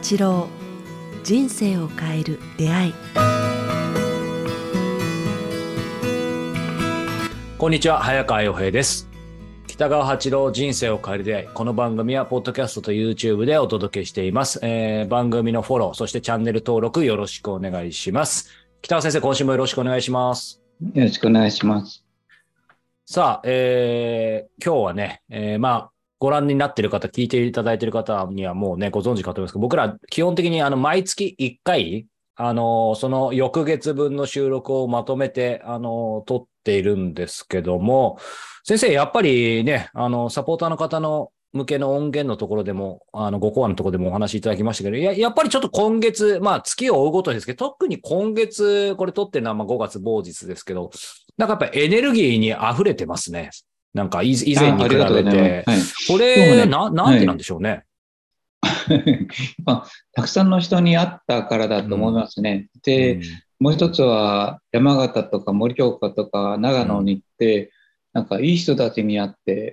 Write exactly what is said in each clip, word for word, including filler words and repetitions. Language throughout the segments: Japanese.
八郎、人生を変える出会い。 こんにちは、早川洋平です。北川八郎、人生を変える出会い。この番組はポッドキャストと YouTube でお届けしています、えー、番組のフォロー、そしてチャンネル登録よろしくお願いします。北川先生、今週もよろしくお願いします。 よろしくお願いします。 さあ、えー、今日はね、えー、まあご覧になっている方、聞いていただいている方にはもうね、ご存知かと思いますけど、僕ら基本的にあの毎月いっかい、あの、その翌月分の収録をまとめて、あの、撮っているんですけども、先生、やっぱりね、あの、サポーターの方の向けの音源のところでも、あの、ご講話のところでもお話しいただきましたけど、や、やっぱりちょっと今月、まあ月を追うごとですけど、特に今月、これ撮ってるのはまあごがつ某日ですけど、なんかやっぱりエネルギーに溢れてますね。なんか以前に比べて、はい、これ、ね、な、なんでなんでしょうね。 はいまあ、たくさんの人に会ったからだと思いますね。うん、で、うん、もう一つは山形とか盛岡とか長野に行って、うん、なんかいい人たちに会って、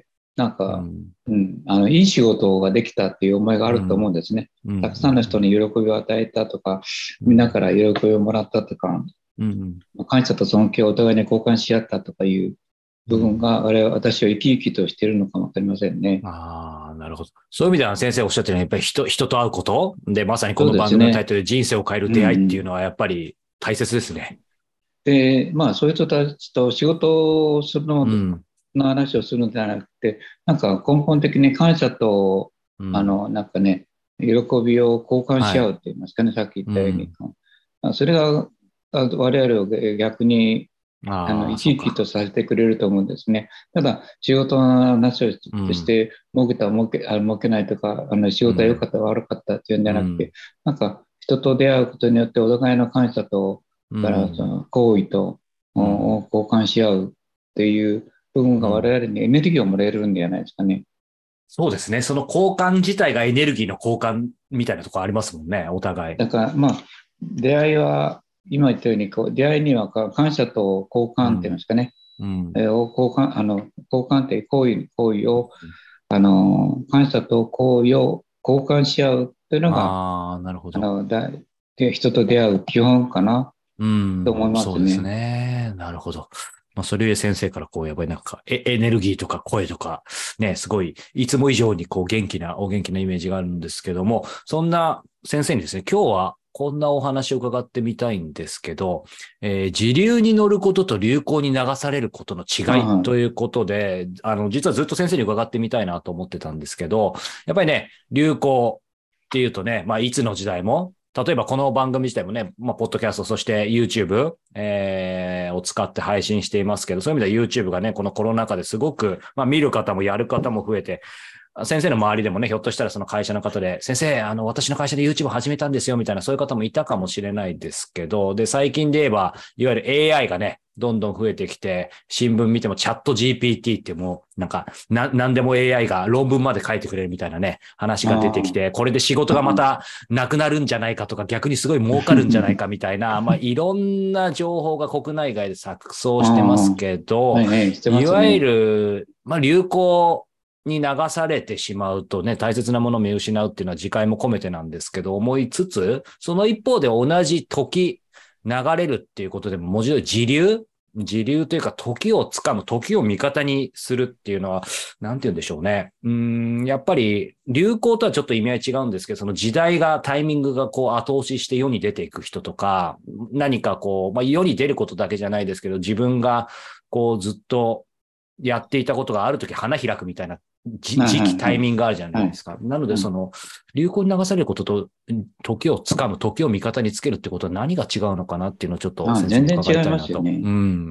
なんか、うんうん、あのいい仕事ができたっていう思いがあると思うんですね。うん、たくさんの人に喜びを与えたとか、うん、みんなから喜びをもらったとか、うん、感謝と尊敬をお互いに交換し合ったとかいう部分が、あれは私を生き生きとしているのかもわかりませんね。 ああ、なるほど。そういう意味では先生おっしゃってるように、やっぱり人、人と会うことで、まさにこの番組のタイトルで人生を変える出会いっていうのはやっぱり大切ですね。 で、まあそういう人たちと仕事をするの、うん、の話をするのではなくて、なんか根本的に感謝と、うん、あの、なんかね、喜びを交換し合うって言いますかね、はい、さっき言ったように。うん、それが我々を逆にあの生き生きとさせてくれると思うんですね。ただ、仕事の話をして、儲けた、儲け、あ儲けないとか、あの仕事は良かった、悪かったっていうんじゃなくて、うん、なんか人と出会うことによって、お互いの感謝と、からその行為と、うん、交換し合うっていう部分が我々にエネルギーをもらえるんじゃないですかね。 そうですね。その交換自体がエネルギーの交換みたいなところありますもんね、お互い。 だから、まあ、出会いは、今言ったように、こう出会いには感謝と交換っていうんですかね。うんうん、交換、あの、交換って行為、行為を、あの、感謝と行為を交換し合うというのが、 ああ、なるほど。 あのだで人と出会う基本かな、うん、と思いますね。 そうですね。なるほど。まあ、それゆえ先生からこう、やっぱりなんかエ、エネルギーとか声とか、ね、すごい、いつも以上にこう、元気な、お元気なイメージがあるんですけども、そんな先生にですね、今日はこんなお話を伺ってみたいんですけど、えー、時流に乗ることと流行に流されることの違いということで、あの、実はずっと先生に伺ってみたいなと思ってたんですけど、やっぱりね、流行っていうとね、まあ、いつの時代も、例えばこの番組自体もね、まあ、ポッドキャスト、そして YouTube、えー、を使って配信していますけど、そういう意味では YouTube がね、このコロナ禍ですごく、まあ、見る方もやる方も増えて、先生の周りでもね、ひょっとしたらその会社の方で、先生、あの、私の会社で YouTube 始めたんですよ、みたいな、そういう方もいたかもしれないですけど、で、最近で言えば、いわゆる エーアイ がね、どんどん増えてきて、新聞見てもチャット ジーピーティー ってもう、なんか、な、なんでも エーアイ が論文まで書いてくれるみたいなね、話が出てきて、これで仕事がまたなくなるんじゃないかとか、逆にすごい儲かるんじゃないかみたいな、まあ、いろんな情報が国内外で錯綜してますけど、はいはい、ね、いわゆる、まあ、流行、に流されてしまうとね、大切なものを見失うっていうのは自戒も込めてなんですけど、思いつつ、その一方で同じ時、流れるっていうことでも、文字通り時流時流というか、時をつかむ、時を味方にするっていうのは、なんて言うんでしょうね。うーん、やっぱり、流行とはちょっと意味合い違うんですけど、その時代が、タイミングがこう後押しして世に出ていく人とか、何かこう、まあ世に出ることだけじゃないですけど、自分がこうずっとやっていたことがあるとき花開くみたいな時期、タイミングがあるじゃないですか。なので、その、流行に流されることと、時をつかむ、時を味方につけるってことは何が違うのかなっていうのをちょっと先生に伺いたいなと。 全然違いますよね。 うん。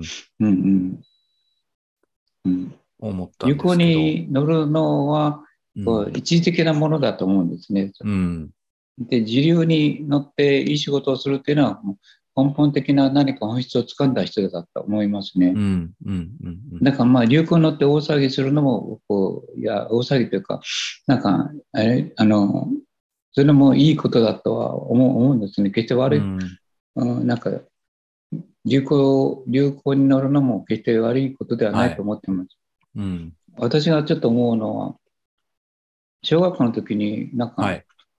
うんうん。うん、 思ったんですけど。 流行に乗るのは、こう一時的なものだと思うんですね。うん。で、時流に乗っていい仕事をするっていうのは、根本的な何か本質をつかんだ人だと思いますね。うんうんうんうん、だからまあ流行に乗って大騒ぎするのもこういや大騒ぎというかなんかあれあのそれもいいことだとは思う、思うんですね。決して悪い、うんうん、なんか流行流行に乗るのも決して悪いことではないと思ってます。はいうん、私がちょっと思うのは小学校の時になんか、はい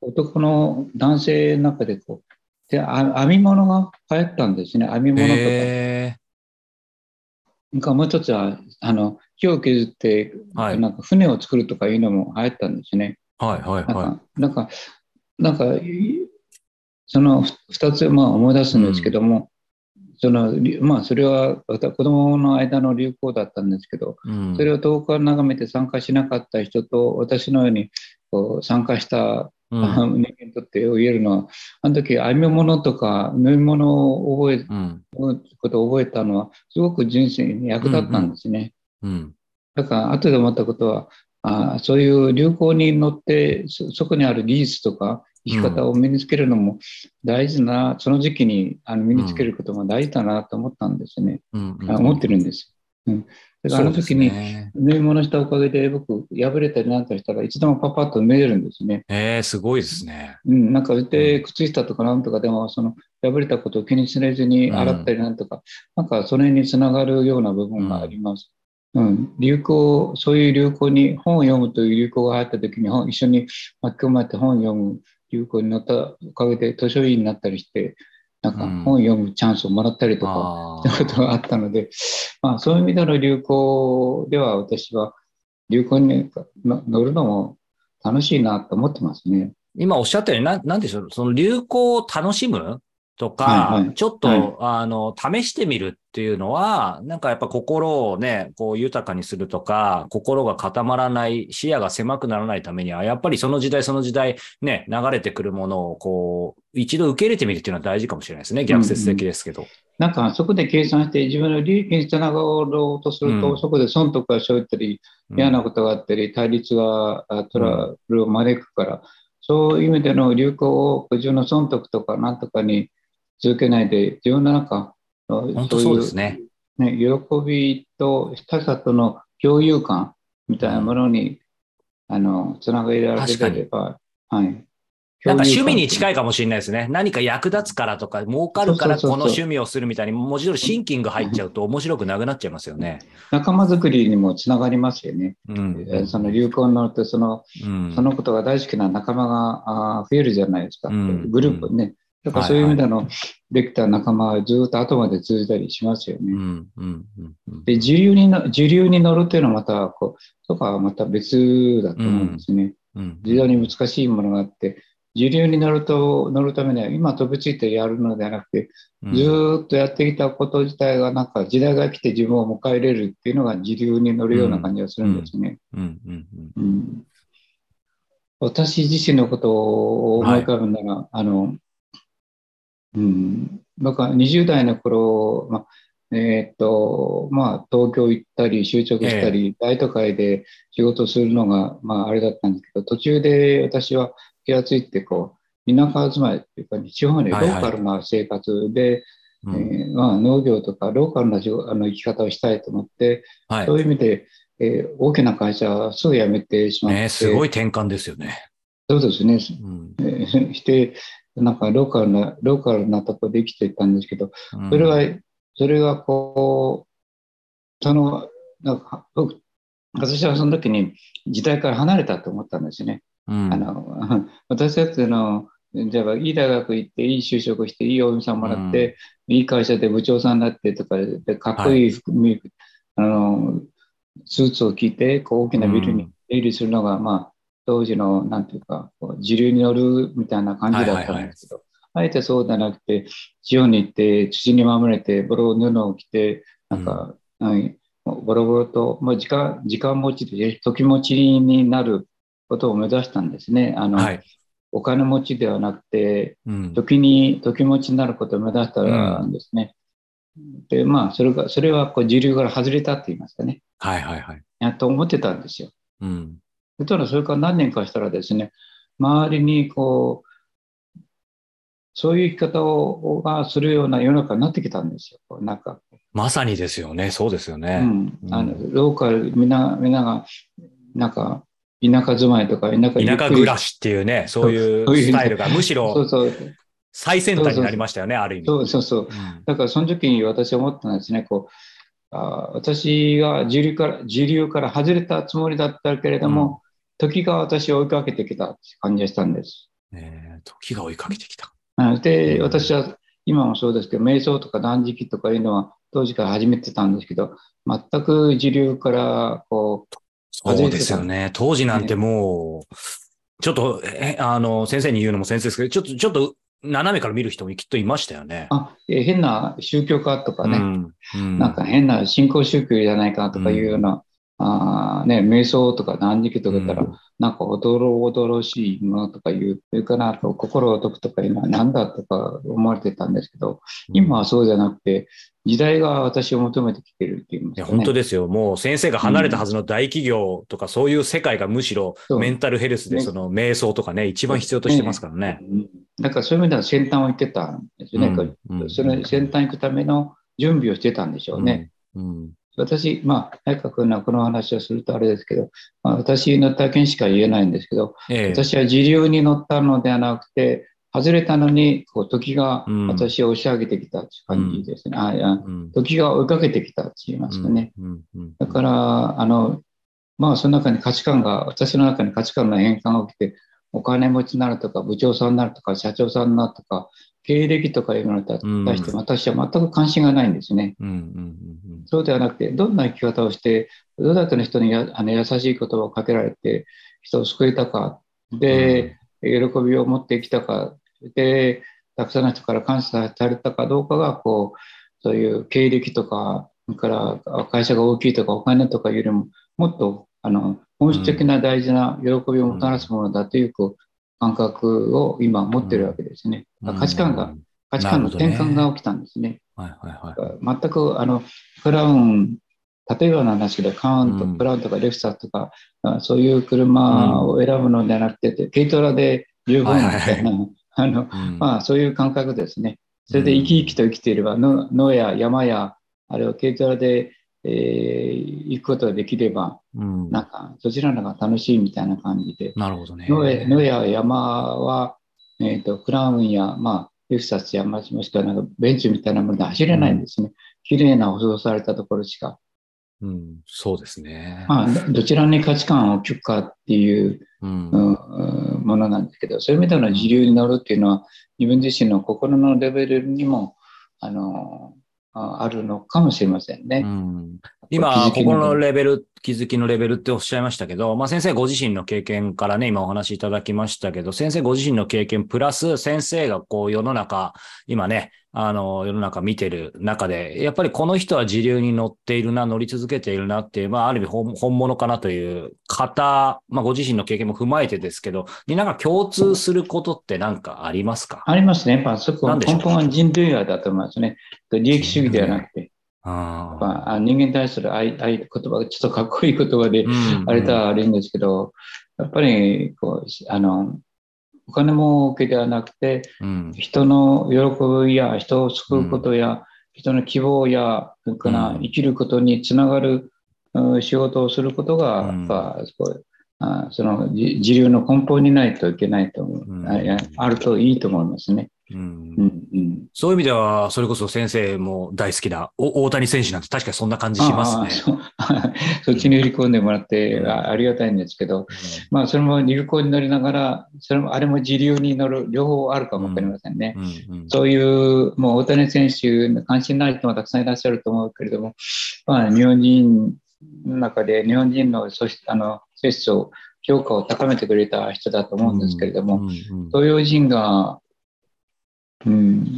男の男性の中でこう、で、あ編み物が流行ったんですね。編み物とか。 へなんかもう一つは、あの、木を削って、 ー。はい。 なんか船を作るとかいうのも流行ったんですね。 はい、はい、はい。 なんか、なんか、なんか、その二つ、まあ思い出すんですけうん。 ども、その、まあそれは子供の間の流行だったんですけど、 うん。 それを遠くから眺めて参加しなかった人と、私のようにこう参加したあうん。 人間にとって言えるのは、あの時編み物とか縫い物を覚え、 うん。 ことを覚えたのは、すごく人生にうん。 役立ったんうん。 ですね。 うん。 だから後で思ったことは、あそういう流行に乗ってそ、そこにある技術とか生き方うん。 を身につけるのも大事な、その時期にあの身につけうん。 ることも大事だなと思ったんですね。 うん。うん。 あ思ってるんです。うん。だからあそうですの時にね。 縫い物したおかげで僕、破れたりなんかしたらいつでもパパッと縫えるんですね。 えー、すごいですね。 うん、なんかで、 うん。 靴下とかなんとかでも、その破れたことを気にしないずに洗ったうん。 りなんとか、なんかそれにつながるような部分がありうん。 ます。うん、流行、そういう流行に、本を読むという流行が入った時に本一緒に巻き込まれて本を読む流行に乗ったおかげで図書委員になったりして、なんか本をうん。 読むチャンスをもらったりとか、したことがあああ。 ったので、まあそういう意味での流行では私は流行に乗るのも楽しいなと思ってますね。 今おっしゃったように、なん、なんでしょう、その流行を楽しむとか、 はいはい。 ちょっと、 はい。 あの、試してみるっていうのは、なんかやっぱ心をね、こう豊かにするとか、心が固まらない、視野が狭くならないためには、やっぱりその時代その時代、ね、流れてくるものを、こう、一度受け入れてみるっていうのは大事かもしれないですね。 うんう逆説的ん。 ですけど。 なんかそこで計算して自分の利益につながろうとすると、 うん、 そこで損得が生じたり、 うん、 嫌なことがあったり、対立があトうん。 ラブルを招くから、そういう意味での流行を自分の損得とかなんとかに続けないで、自分の中、 本当そうそういう、 ですね。 ね、喜びと他者との共有感みたいなもうん。 のにあのつなげられ確かに。 れば、はい、 なんか共有趣味に感っていうの。 近いかもしれないですね。何か役立つからとか、儲かそうそうるからそうそう。 この趣味をするみたいに、文字通りシンキング入っちゃうと面白くなくなっちゃいますよね。 仲間づくりにもつながりますよね。 うん、うん、 その流行に乗ってその、 うん、 そのことが大好きな仲間があ増えるじゃないですか。 うん、 グうん。 ループね。だからはい、 そういう意はい。 味でのできた仲間はずっと後まで続いたりしますよね。 うん、うん、うん、うん、 で、自流にの、自流に乗るというのはまた、こう、とかはまた別だと思うんでうん、 すね。 うん、う非常にん。 難しいものがあって、自流に乗ると、乗るためには今飛びついてやるのではなくて、ずうん、 ーっとやってきたこと自体がなんか時代が来て自分を迎え入れるっていうのが自流に乗るようなうん、 感じがするうん、 んですね。 うん、うん。うんうん、私自身のことを思い浮はい。 かぶなら、あの、うん、僕はにじゅう代の頃、まあ、えーっと、まあ、東京行ったり、就職したええり、大都会で仕事するのが、まあ、あれだったんですけど、途中で私は気がついて、こう、田舎住まいっていうか、地方にはい、はい。 ローカルな生活で、えうん。 ーまあ、農業とかローカルな仕事あの生き方をしたいと思って、 はい。 そういう意味で、えー大きな会社はすぐ辞めてしまっねすごいて、 転換ですよね。 そうですね。 うん、 えーして、なんかローカルな、ローカルなところで生きていたんですけど、 うそれは、 ん、 それがこう、その、なんか、僕私はその時に時代から離れたと思ったんですね。 うん、 あの、私たちの、じゃあ、いい大学行って、いい就職して、いいお嫁さんもうん。 らって、いい会社で部長さんになってとかで、かっこはい。 いい服、あの、スーツを着て、こう大きなビルにうん。 出入りするのが、まあ、当時の、なんていうか、こう時流に乗るみたいな感はい、 じだっはい、はい。 たんですけど、あえてそうじゃなくて、地方に行って、土に守れて、ボロ布を着て、 うん。 なんか、はい、ボロボロと、まあ、時間、時間持ちで、時持ちになることを目指したんですね。あの、 はい。 お金持ちではなくて、 うん。 時に、時持ちになることを目指したんうん。 ですね。で、まあ、それが、それはこう時流から外れたって言いますかね。 はい、はい、はい。 やっと思ってたんですよ。 うん。 ただ、それから何年かしたらですね、周りにこう、そういう生き方をがするような世の中になってきたんですよ。なんか、 まさにですよね。そうですよね。 うん、あの、 うん。 ローカル、みんな、みんなが、なんか、田舎住まいとか、田舎田ゆっくり、 舎暮らしっていうね、そうそういうそういう、 スタイルがむしろそうそう、 最先端になりそうそう、 ましたよね、ある意味。 そうそうそう。 うん。 だから、その時に私は思ったんですね、こう、あ私が時流から、時流から外れたつもりだったけれどうん。 も、時が私を追いかけてきた感じがしたんです。 えー、時が追いかけてきた。 で、 うん、 私は今もそうですけど、瞑想とか断食とかいうのは当時から始めてたんですけど、全く時流からこう外そうでれてたんですよね。当時すね。 なんてもう、ちょっと、え、あの、先生に言うのも先生ですけど、ちょっと、ちょっと、斜めから見る人もきっといましたよね。 あ、え変な宗教家とかね、 うん、うん、 なんか変な新興宗教じゃないかとかいうよううん、 な、あーね、瞑想とか断食とか言ったら、 うん、 なんかおどろおどろしいものとかいう、それからあと心を解くとかいうのは何だとか思われてたんですけど、 うん。 今はそうじゃなくて、時代が私を求めてきてるって言いまいや、 すかね。 本当ですよ。もう先生が離れたはうん、 ずの大企業とかそういう世界がむしろそう、 メンタルヘルスでね、 その瞑想とかね、一番必要としてますね、 からね。 うん、だからそういう意味では先端を行ってたんですよね。こうん、 ううん、 その先端行くための準備をしてたんでしょうね。 うん、うん、 私、まあ、早川君のこの話をするとあれですけど、まあ、私の体験しか言えないんですけど、 ええ、 私は時流に乗ったのではなくて、外れたのにこう時がうん、 私を押し上げてきたという感じうん、 ですね。あいやうん、 時が追いかけてきたと言いまうん、 すかね。 うん、うん、 だから、あの、まあ、その中に価値観が、私の中に価値観の変換が起きて、お金持ちになるとか、部長さんになるとか、社長さんになるとか、経歴とかいうのにうん、 対して私は全く関心がないんですね。 うん、うん、 そうではなくて、どんな生き方をして、どれだけの人にやあの優しい言葉をかけられて、人を救えたか、 うん、 で、喜びを持ってきたか、で、たくさんの人から感謝されたかどうかが、こう、そういう経歴とか、それから会社が大きいとかお金とかよりも、もっとあの本質的うん、 な大事な喜びをもたらすうん、 ものだというこう感覚を今持ってるわうん、 けですね。 う価値観が、 ん。 価値なるほ観の転換どね。 が起きたんですね。 はい、はい、はい。 全くあのクラウン、例えばなんですけど、カーンとクうん、 ラウンとかレクサスとか、あそういううん。 車を選ぶのではなくて、軽トラで十はい、 分はい、はい。 みたいな、あのうん、 まあ、そういう感覚ですね。 うそれで生き生きん、 と生きていれば、野野や山や、あれを軽トラで、えー行くことができれば、 うん。 なんか、そちらの方が楽しいみたいな感じで、 なるほど野や野ね。 や山は、えーと、クラウンや、まあ、レクサスや、もしくはなんかベンツみたいなもので走れないんでうん、 すね。綺麗な舗装されたところしか。 うん、そうですね。 まあ、どちらに価値観を置くかっていう、 うん、 うん、ものなんですけど、そういう意味での自うん、 流に乗るっていうのは、自分自身の心のレベルにも、あの、あるのかもしれませんうね。 ん。 気今、心のづきのレベル。 レベル、気づきのレベルっておっしゃいましたけど、まあ先生ご自身の経験からね、今お話しいただきましたけど、先生ご自身の経験プラス先生がこう世の中、今ね、あの、世の中見てる中で、やっぱりこの人は時流に乗っているな、乗り続けているなっていう、まあある意味本本物かなという方、まあご自身の経験も踏まえてですけど、になんか共通することって何かありますか？ ありますね。まあ、そこ根何でしょ本は人類愛だと思いますね。利益主義ではう？人類愛。 なくて、やっああ。 ぱ人間に対する愛、愛言葉、ちょっとかっこいい言葉で、 うん、 あれとうん、 は悪いんですけど、やっぱりこう、あの、お金儲けではなくて、 うん、 人の喜びや人を救うこうん、 とや、人の希望や、それうから生ん、 きることにつながるうん仕事をすることが、 うやっん、 ぱこうあそのじ時流の根本にないといけないと思う。 うあいやあん、 るといいと思いますね。 うん。 うんうん。 そういう意味では、それこそ先生も大好きなお大谷選手なんて確かにそんな感じしますああ、 ね。 そう、そっちにうん、 売り込んでもらってあ、 うん、 ありがたいんですけど、 うん、 まあ、それも流行に乗りながら、それも、あれも時流に乗る、両方あるかもわかりうん、 ませんね。 うん、うん、 そういう、もう大谷選手に関心ない人もたくさんいらっしゃると思うけれども、まあ、日本人の中で、日本人の素質、あの、素質を、評価を高めてくれた人だと思うんですけれうん、 ども、 うん、うん、 東洋人が、うん、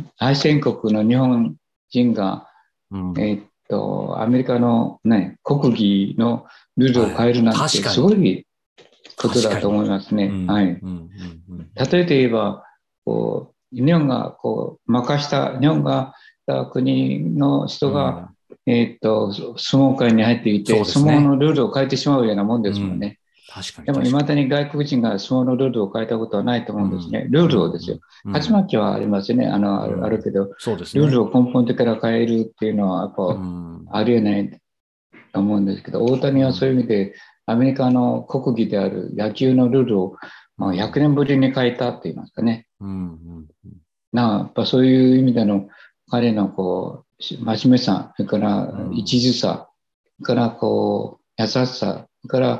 敗戦国の日本人が、 うん。 えーっと、アメリカのね、国技のルールをはい。 変えるなんて確かに、 すごいこと確かに。 だと思いますね。はうん、 い。 うん、うん、うん、 例えて言えば、こう、日本がこう、任した、日本が国の人が、 うん。 えーっと、相撲界に入っていて、 そうです相撲のね。 ルールを変えてしまうようなもんでうん。 すもんね。 確かに、 でも、い確かに。 まだに外国人が相撲のルールを変えたことはないと思うんですうん、 ね。ルーうん、 ルをですよ。 うん、うん、 勝ち負けはありますよね。あの、あるあるうん。 けど、 そうですね。 ルールを根本的から変えるっていうのは、やっうぱ、 ん、 ありえないと思うんですけど、大谷はそううん、 いう意味で、アメリカの国技である野球のルールをまあひゃくうん、 ねんぶりに変えたって言いますかね。 うん、うん、 なやっぱそういう意味での彼のこう真面目さ、それからうん、 一途さ、それからこう優しさ、それから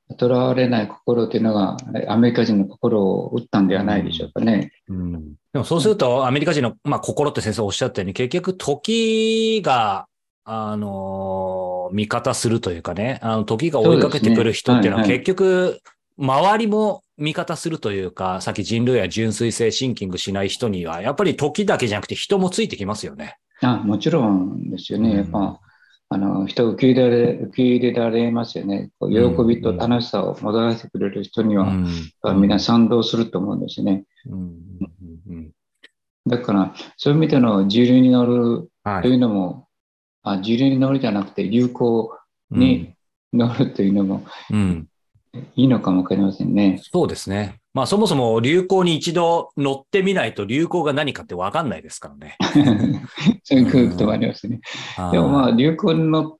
囚われない心というのがアメリカ人の心を打ったんではないでしょうかね。 うん。うん、でもそうするとアメリカ人の、まあ、心って先生おっしゃったように結局時が、あの、味方するというかね、あの時が追いかけてくる人っていうのは結局周りも味方するというか、さっき人類や純粋性シンキングしない人にはやっぱり時だけじゃなくて人もついてきますよね。 あ、もちろんですよね。やっぱあの人を受け入れられ、受け入れられますよね。こう喜びと楽しさを戻らせてくれる人には、うん、みんな賛同すると思うんですね。うんうん、だから、そういう意味での自流に乗るというのも、はい、あ、自流に乗るじゃなくて流行に乗るというのも、うん、いいのかもわかりませんね。 そうですね。まあそもそも流行に一度乗ってみないと流行が何かってわかんないですからね。 そういうこともありますね。でもまあ流行に乗って、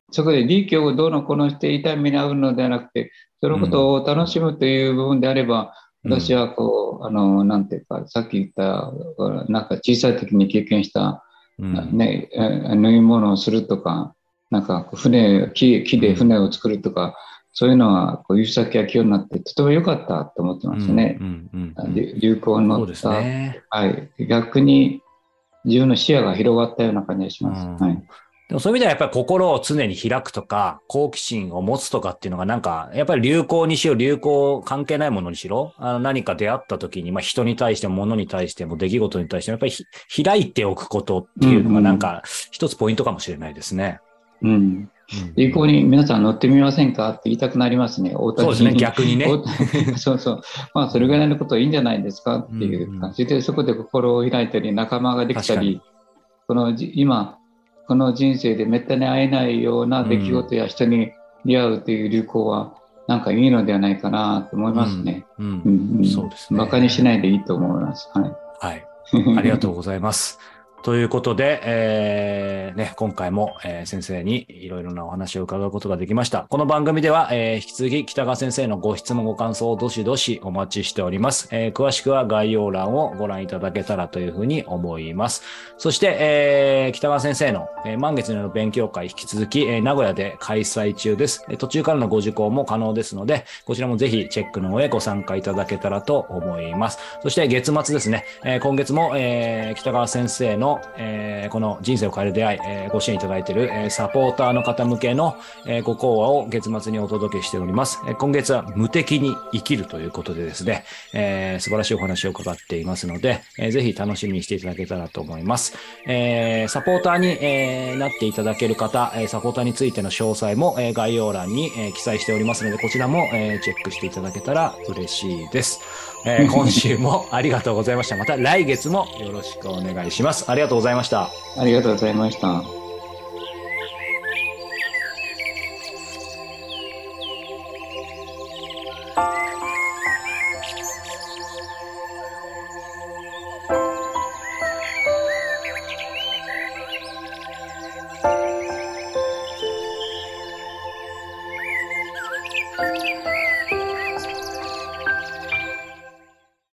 そこで利益をどうのこうのして痛みに遭うのではなくて、そのことを楽しむという部分であれば、うん、私はこう、あの、なんていうか、さっき言った、なんか小さい時に経験した、うん、ね、縫い物をするとか、なんか船、木、木で船を作るとか、うん、そういうのは、こう、指先が器用になって、とても良かったと思ってますね。流行に乗った、ね、はい。逆に自分の視野が広がったような感じがします。うん、はい。 でもそういう意味ではやっぱり心を常に開くとか、好奇心を持つとかっていうのがなんか、やっぱり流行にしろ、流行関係ないものにしろ、あの何か出会った時に、まあ人に対しても物に対しても出来事に対しても、やっぱり開いておくことっていうのがなんか一つポイントかもしれないですね。 うん、うん流行に皆さん乗ってみませんかって言いたくなりますね。 大谷そうですね、逆にね。 そうそう。まあ、それぐらいのことはいいんじゃないですかっていう感じで、うんうん、そこで心を開いたり、仲間ができたり、この今、この人生でめったに会えないような出来事や人に出会うという流行は、なんかいいのではないかなと思いますね。 そうですね。 馬鹿にしないでいいと思います。はい。 はい。ありがとうございます。ということで、えーね、今回も、えー、先生にいろいろなお話を伺うことができました。この番組では、えー、引き続き北川先生のご質問ご感想をどしどしお待ちしております。えー、詳しくは概要欄をご覧いただけたらというふうに思います。そして、えー、北川先生の、えー、満月の勉強会引き続き、えー、名古屋で開催中です。途中からのご受講も可能ですので、こちらもぜひチェックの上ご参加いただけたらと思います。そして月末ですね、えー、今月も、えー、北川先生のえー、この人生を変える出会い、えー、ご支援いただいている、えー、サポーターの方向けの、えー、ご講話を月末にお届けしております。えー、今月は無敵に生きるということでですね、えー、素晴らしいお話を伺っていますので、えー、ぜひ楽しみにしていただけたらと思います。えー、サポーターに、えー、なっていただける方、えー、サポーターについての詳細も、えー、概要欄に、えー、記載しておりますので、こちらも、えー、チェックしていただけたら嬉しいです。えー、今週もありがとうございました。また来月もよろしくお願いします。ありがとうございました。 ありがとうございました。